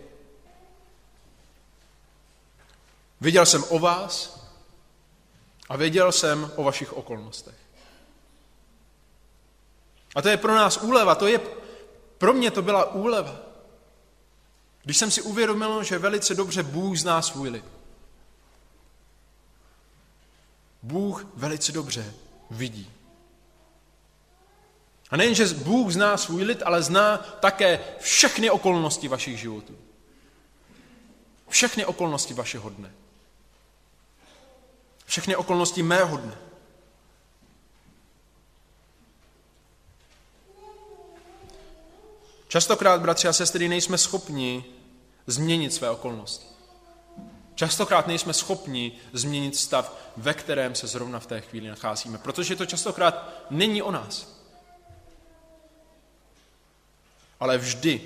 Věděl jsem o vás a věděl jsem o vašich okolnostech. A to je pro nás úleva, pro mě to byla úleva. Když jsem si uvědomil, že velice dobře Bůh zná svůj lid. Bůh velice dobře vidí. A nejen, že Bůh zná svůj lid, ale zná také všechny okolnosti vašich životů. Všechny okolnosti vašeho dne. Všechny okolnosti mého dne. Častokrát, bratři a sestry, nejsme schopni změnit své okolnosti. Častokrát nejsme schopni změnit stav, ve kterém se zrovna v té chvíli nacházíme, protože to častokrát není o nás. Ale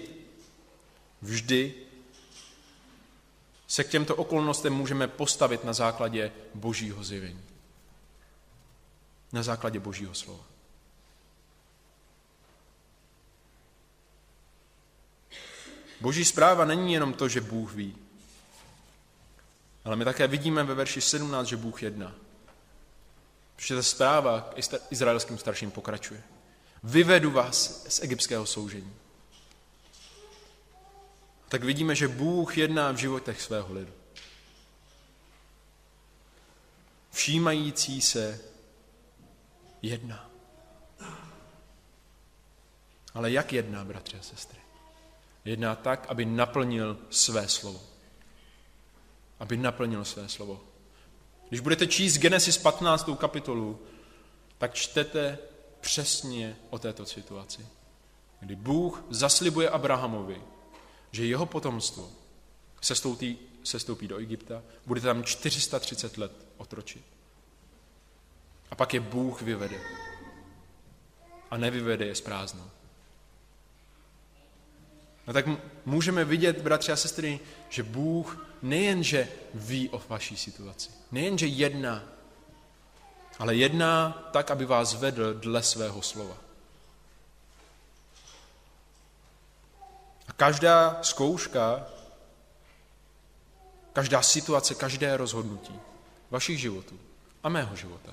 vždy se k těmto okolnostem můžeme postavit na základě Božího zjevení. Na základě Božího slova. Boží zpráva není jenom to, že Bůh ví. Ale my také vidíme ve verši 17, že Bůh jedná. Protože ta zpráva k izraelským starším pokračuje. Vyvedu vás z egyptského soužení. Tak vidíme, že Bůh jedná v životech svého lidu. Všímající se jedná. Ale jak jedná, bratři a sestry? Jedná tak, aby naplnil své slovo. Aby naplnil své slovo. Když budete číst Genesis 15. kapitolu, tak čtete přesně o této situaci. Kdy Bůh zaslibuje Abrahamovi, že jeho potomstvo sestoupí do Egypta, bude tam 430 let otročit. A pak je Bůh vyvede. A nevyvede je s prázdnou. No tak můžeme vidět, bratři a sestry, že Bůh nejenže ví o vaší situaci, nejenže jedná, ale jedná tak, aby vás vedl dle svého slova. A každá zkouška, každá situace, každé rozhodnutí vašich životů a mého života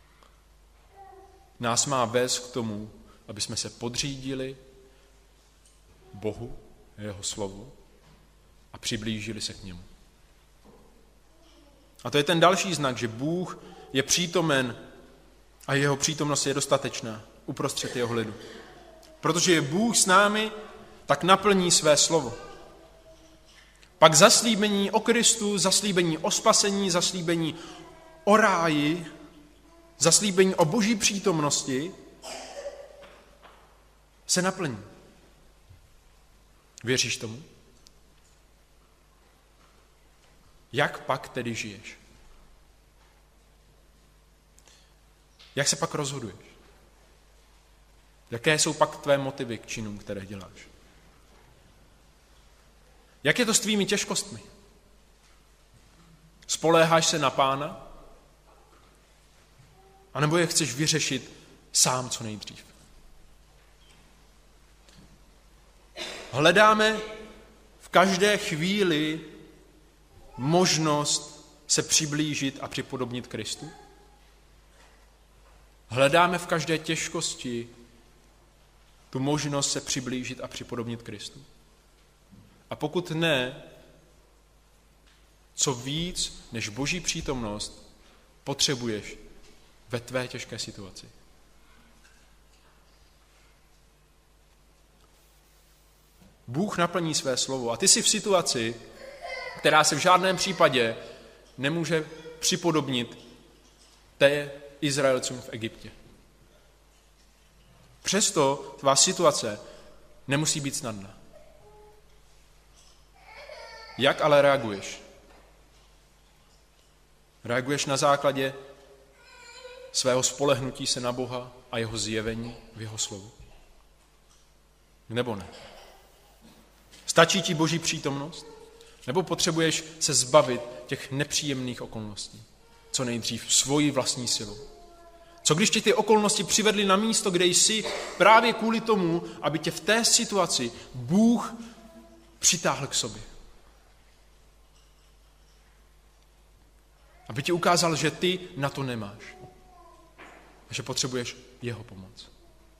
nás má vést k tomu, aby jsme se podřídili Bohu, jeho slovu a přiblížili se k němu. A to je ten další znak, že Bůh je přítomen a jeho přítomnost je dostatečná uprostřed jeho lidu. Protože je Bůh s námi, tak naplní své slovo. Pak zaslíbení o Kristu, zaslíbení o spasení, zaslíbení o ráji, zaslíbení o Boží přítomnosti se naplní. Věříš tomu? Jak pak tedy žiješ? Jak se pak rozhoduješ? Jaké jsou pak tvé motivy k činům, které děláš? Jak je to s tvými těžkostmi? Spoléháš se na Pána? A nebo je chceš vyřešit sám co nejdřív? Hledáme v každé chvíli možnost se přiblížit a připodobnit Kristu? Hledáme v každé těžkosti tu možnost se přiblížit a připodobnit Kristu? A pokud ne, co víc než Boží přítomnost potřebuješ ve tvé těžké situaci? Bůh naplní své slovo a ty jsi v situaci, která se v žádném případě nemůže připodobnit té Izraelcům v Egyptě. Přesto tvá situace nemusí být snadná. Jak ale reaguješ? Reaguješ na základě svého spolehnutí se na Boha a jeho zjevení v jeho slovu? Nebo ne? Stačí ti Boží přítomnost? Nebo potřebuješ se zbavit těch nepříjemných okolností? Co nejdřív svojí vlastní silou? Co když tě ty okolnosti přivedly na místo, kde jsi právě kvůli tomu, aby tě v té situaci Bůh přitáhl k sobě? Aby ti ukázal, že ty na to nemáš. A že potřebuješ jeho pomoc.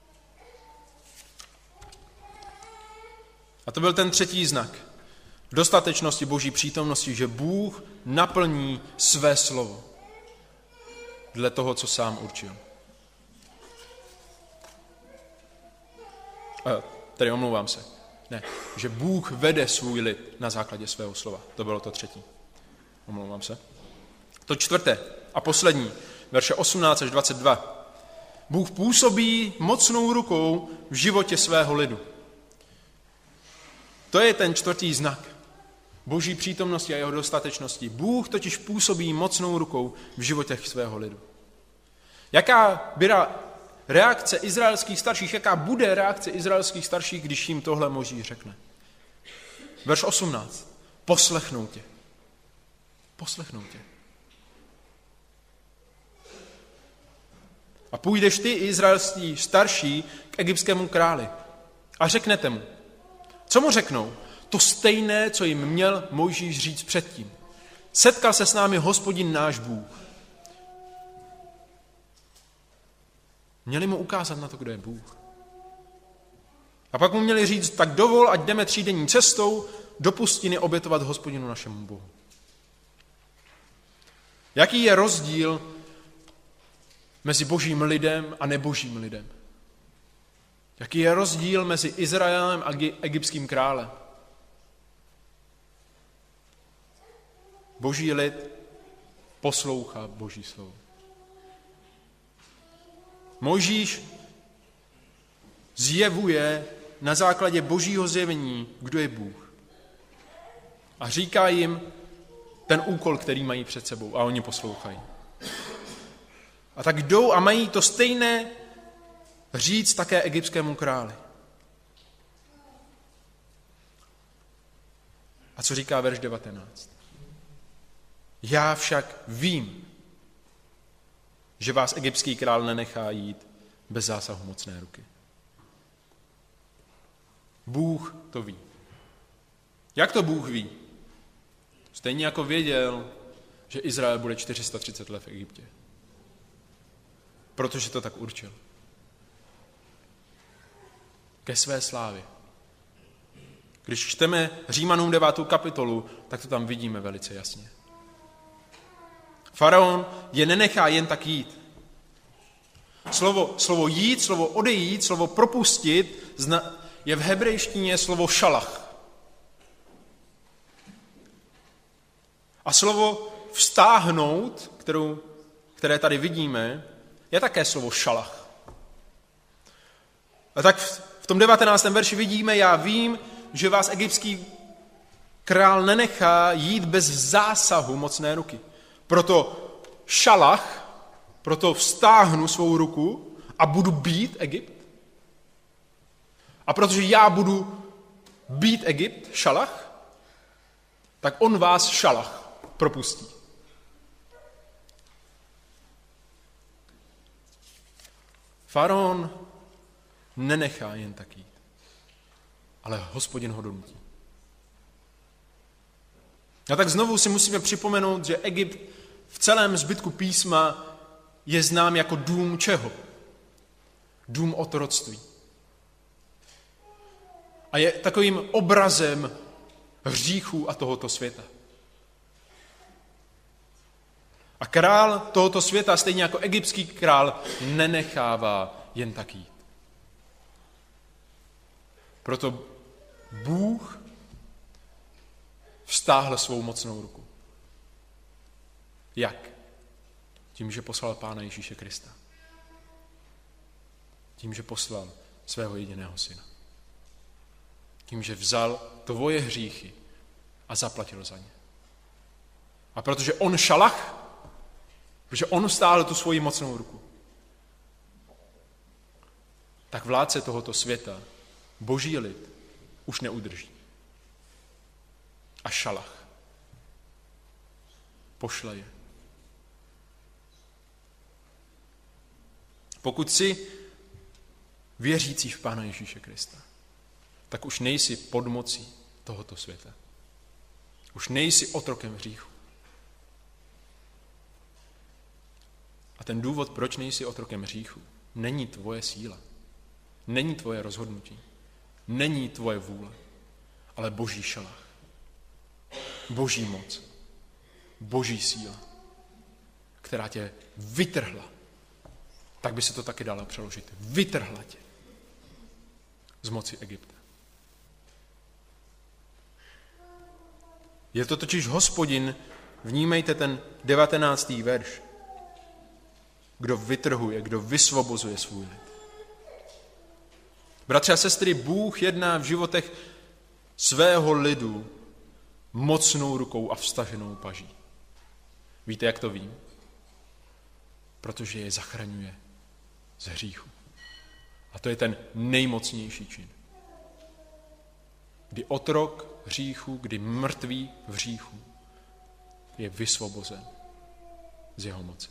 A to byl ten třetí znak dostatečnosti Boží přítomnosti, že Bůh naplní své slovo dle toho, co sám určil. Tedy omlouvám se. Ne, že Bůh vede svůj lid na základě svého slova. To bylo to třetí. Omlouvám se. To čtvrté a poslední, verše 18 až 22. Bůh působí mocnou rukou v životě svého lidu. To je ten čtvrtý znak Boží přítomnosti a jeho dostatečnosti. Bůh totiž působí mocnou rukou v životech svého lidu. Jaká byla reakce izraelských starších, jaká bude reakce izraelských starších, když jim tohle Mojžíš řekne? Verš 18. Poslechnou tě. Poslechnou tě. A půjdeš ty, izraelský starší, k egyptskému králi a řeknete mu. Co mu řeknou? To stejné, co jim měl Mojžíš říct předtím. Setkal se s námi Hospodin náš Bůh. Měli mu ukázat na to, kdo je Bůh. A pak mu měli říct, tak dovol, ať jdeme 3denní cestou do pustiny obětovat Hospodinu našemu Bohu. Jaký je rozdíl mezi božím lidem a nebožím lidem? Jaký je rozdíl mezi Izraelem a egyptským králem? Boží lid poslouchá Boží slovo. Mojžíš zjevuje na základě Božího zjevení, kdo je Bůh. A říká jim ten úkol, který mají před sebou, a oni poslouchají. A tak jdou a mají to stejné říct také egyptskému králi. A co říká verš 19? Já však vím, že vás egyptský král nenechá jít bez zásahu mocné ruky. Bůh to ví. Jak to Bůh ví? Stejně jako věděl, že Izrael bude 430 let v Egyptě. Protože to tak určil. Ke své slávě. Když čteme Římanům 9. kapitolu, tak to tam vidíme velice jasně. Faraon je nenechá jen tak jít. Slovo jít, slovo odejít, slovo propustit je v hebrejštině slovo šalach. A slovo vztáhnout, které tady vidíme, je také slovo šalach. A tak v tom 19. verši vidíme, já vím, že vás egyptský král nenechá jít bez zásahu mocné ruky. Proto šalach, proto vztáhnu svou ruku a budu bít Egypt. A protože já budu bít Egypt, šalach, tak on vás šalach propustí. Faraon nenechá jen tak jít, ale Hospodin ho donutí. A tak znovu si musíme připomenout, že Egypt v celém zbytku písma je znám jako dům čeho? Dům otroctví. A je takovým obrazem hříchů a tohoto světa. A král tohoto světa, stejně jako egyptský král, nenechává jen tak jít. Proto Bůh vztáhl svou mocnou ruku. Jak? Tím, že poslal Pána Ježíše Krista. Tím, že poslal svého jediného syna. Tím, že vzal tvoje hříchy a zaplatil za ně. A protože on šalach, protože on stáhl tu svoji mocnou ruku, tak vládce tohoto světa, boží lid, už neudrží. A šalach pošle je. Pokud jsi věřící v Pána Ježíše Krista, tak už nejsi pod mocí tohoto světa. Už nejsi otrokem hříchu. A ten důvod, proč nejsi otrokem hříchu, není tvoje síla, není tvoje rozhodnutí, není tvoje vůle, ale boží šalach, boží moc, boží síla, která tě vytrhla. Tak by se to taky dalo přeložit. Vytrhla tě z moci Egypta. Je to totiž Hospodin, vnímejte ten 19. verš, kdo vytrhuje, kdo vysvobozuje svůj lid. Bratři a sestry, Bůh jedná v životech svého lidu mocnou rukou a vztaženou paží. Víte, jak to vím? Protože je zachraňuje z hříchu. A to je ten nejmocnější čin. Kdy otrok hříchu, kdy mrtvý v hříchu je vysvobozen z jeho moci.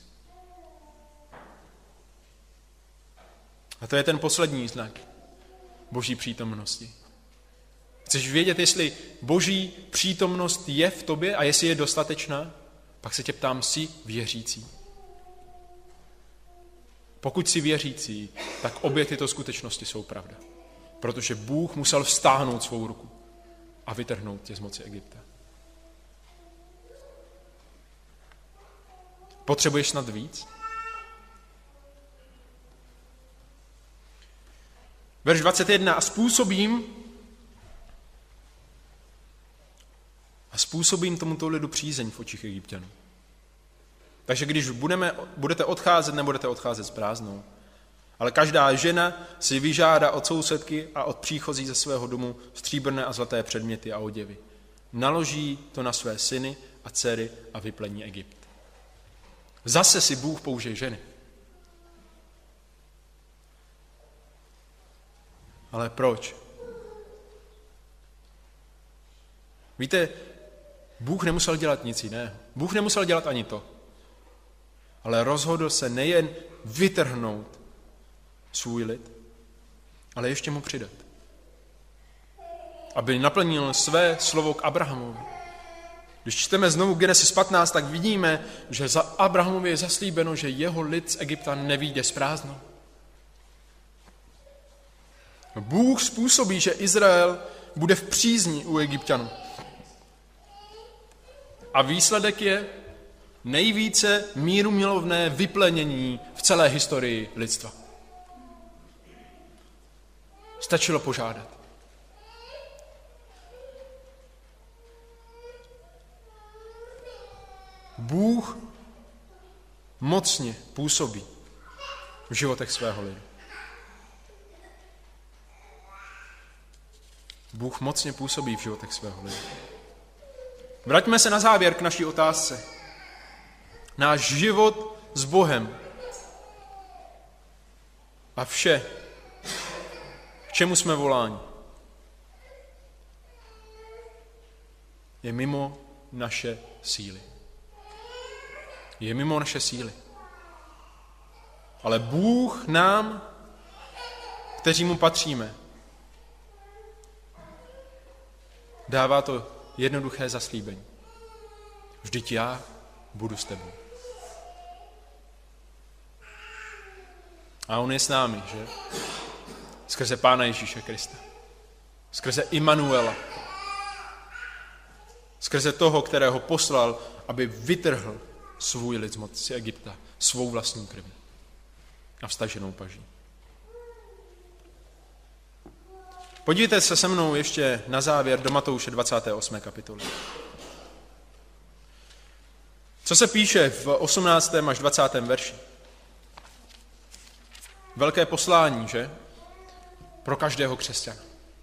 A to je ten poslední znak boží přítomnosti. Chceš vědět, jestli boží přítomnost je v tobě a jestli je dostatečná? Pak se tě ptám, jsi věřící? Pokud jsi věřící, tak obě tyto skutečnosti jsou pravda. Protože Bůh musel vztáhnout svou ruku a vytrhnout tě z moci Egypta. Potřebuješ snad víc? Verš 21. A způsobím tomuto lidu přízeň v očích Egypťanů. Takže když budete odcházet, nebudete odcházet s prázdnou. Ale každá žena si vyžádá od sousedky a od příchozí ze svého domu stříbrné a zlaté předměty a oděvy. Naloží to na své syny a dcery a vyplení Egypt. Zase si Bůh použije ženy. Ale proč? Víte, Bůh nemusel dělat nic jiného. Bůh nemusel dělat ani to. Ale rozhodl se nejen vytrhnout svůj lid, ale ještě mu přidat. Aby naplnil své slovo k Abrahamovi. Když čteme znovu Genesis 15, tak vidíme, že za Abrahamovi je zaslíbeno, že jeho lid z Egypta nevyjde s prázdnou. Bůh způsobí, že Izrael bude v přízni u Egypťanů. A výsledek je, nejvíce mírumilovné vyplenění v celé historii lidstva. Stačilo požádat. Bůh mocně působí v životech svého lidu. Bůh mocně působí v životech svého lidu. Vraťme se na závěr k naší otázce. Náš život s Bohem a vše, k čemu jsme voláni, je mimo naše síly. Je mimo naše síly. Ale Bůh nám, kteří mu patříme, dává to jednoduché zaslíbení. Vždyť já budu s tebou. A on je s námi, že? Skrze Pána Ježíše Krista. Skrze Immanuela. Skrze toho, kterého poslal, aby vytrhl svůj lid z moci Egypta svou vlastní krví a vstaženou paží. Podívejte se se mnou ještě na závěr do Matouše 28. kapitoly. Co se píše v 18. až 20. verši? Velké poslání, že? Pro každého křesťana.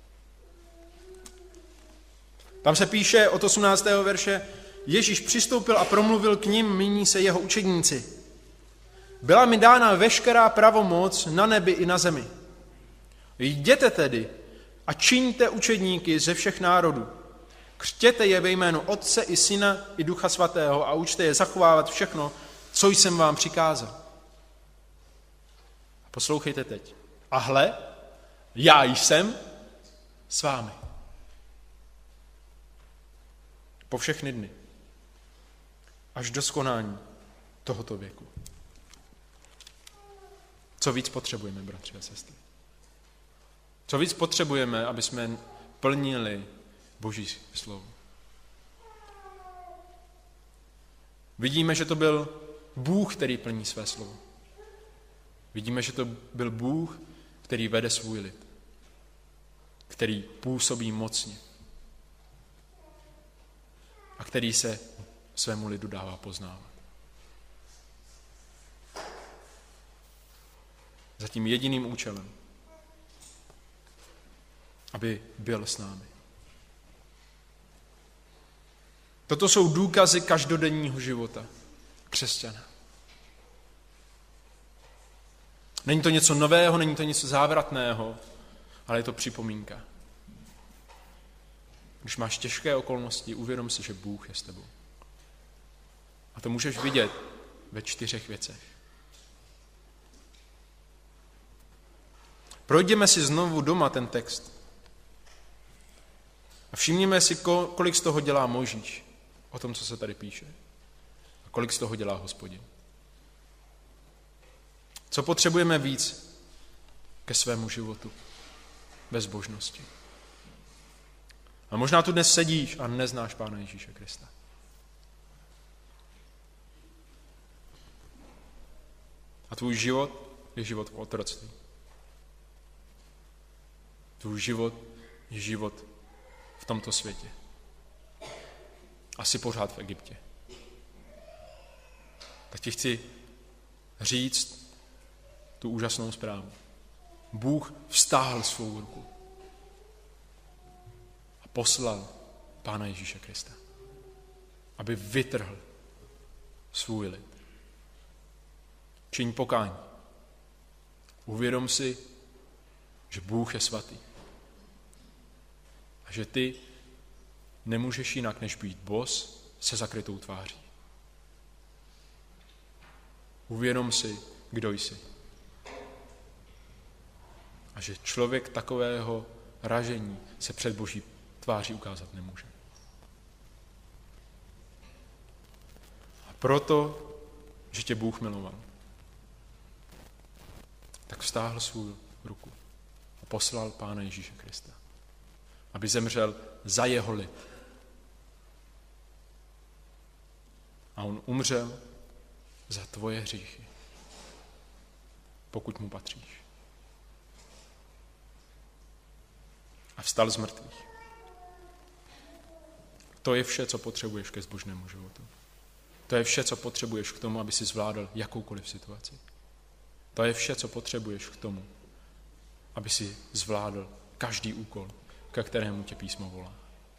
Tam se píše od 18. verše: Ježíš přistoupil a promluvil k nim, míní se jeho učedníci. Byla mi dána veškerá pravomoc na nebi i na zemi. Jděte tedy a čiňte učedníky ze všech národů. Křtěte je ve jménu Otce i Syna i Ducha Svatého a učte je zachovávat všechno, co jsem vám přikázal. A poslouchejte teď. A hle, já jsem s vámi. Po všechny dny. Až do skonání tohoto věku. Co víc potřebujeme, bratři a sestry? Co víc potřebujeme, aby jsme plnili Boží slovo? Vidíme, že to byl Bůh, který plní své slovo. Vidíme, že to byl Bůh, který vede svůj lid. Který působí mocně. A který se svému lidu dává poznávat. Za tím jediným účelem, aby byl s námi. Toto jsou důkazy každodenního života křesťana. Není to něco nového, není to něco závratného, ale je to připomínka. Když máš těžké okolnosti, uvědom si, že Bůh je s tebou. A to můžeš vidět ve 4 věcech. Projděme si znovu doma ten text. A všimněme si, kolik z toho dělá Mojžíš o tom, co se tady píše. A kolik z toho dělá Hospodin. Co potřebujeme víc ke svému životu? Bezbožnosti. A možná tu dnes sedíš a neznáš Pána Ježíše Krista. A tvůj život je život v otroctví. Tvůj život je život v tomto světě. A jsi pořád v Egyptě. Tak ti chci říct tu úžasnou zprávu. Bůh vztáhl svou ruku a poslal Pána Ježíše Krista, aby vytrhl svůj lid. Čiň pokání. Uvědom si, že Bůh je svatý. A že ty nemůžeš jinak, než být bos se zakrytou tváří. Uvědom si, kdo jsi. A že člověk takového ražení se před Boží tváří ukázat nemůže. A proto, že tě Bůh miloval, tak vztáhl svou ruku a poslal Pána Ježíše Krista, aby zemřel za jeho lid. A on umřel za tvoje hříchy, pokud mu patříš. A vstal z mrtvých. To je vše, co potřebuješ ke zbožnému životu. To je vše, co potřebuješ k tomu, aby si zvládal jakoukoliv situaci. To je vše, co potřebuješ k tomu, aby si zvládl každý úkol, ke kterému tě písmo volá.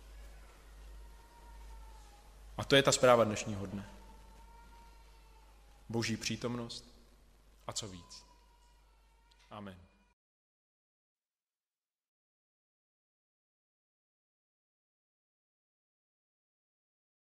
A to je ta zpráva dnešního dne. Boží přítomnost a co víc. Amen.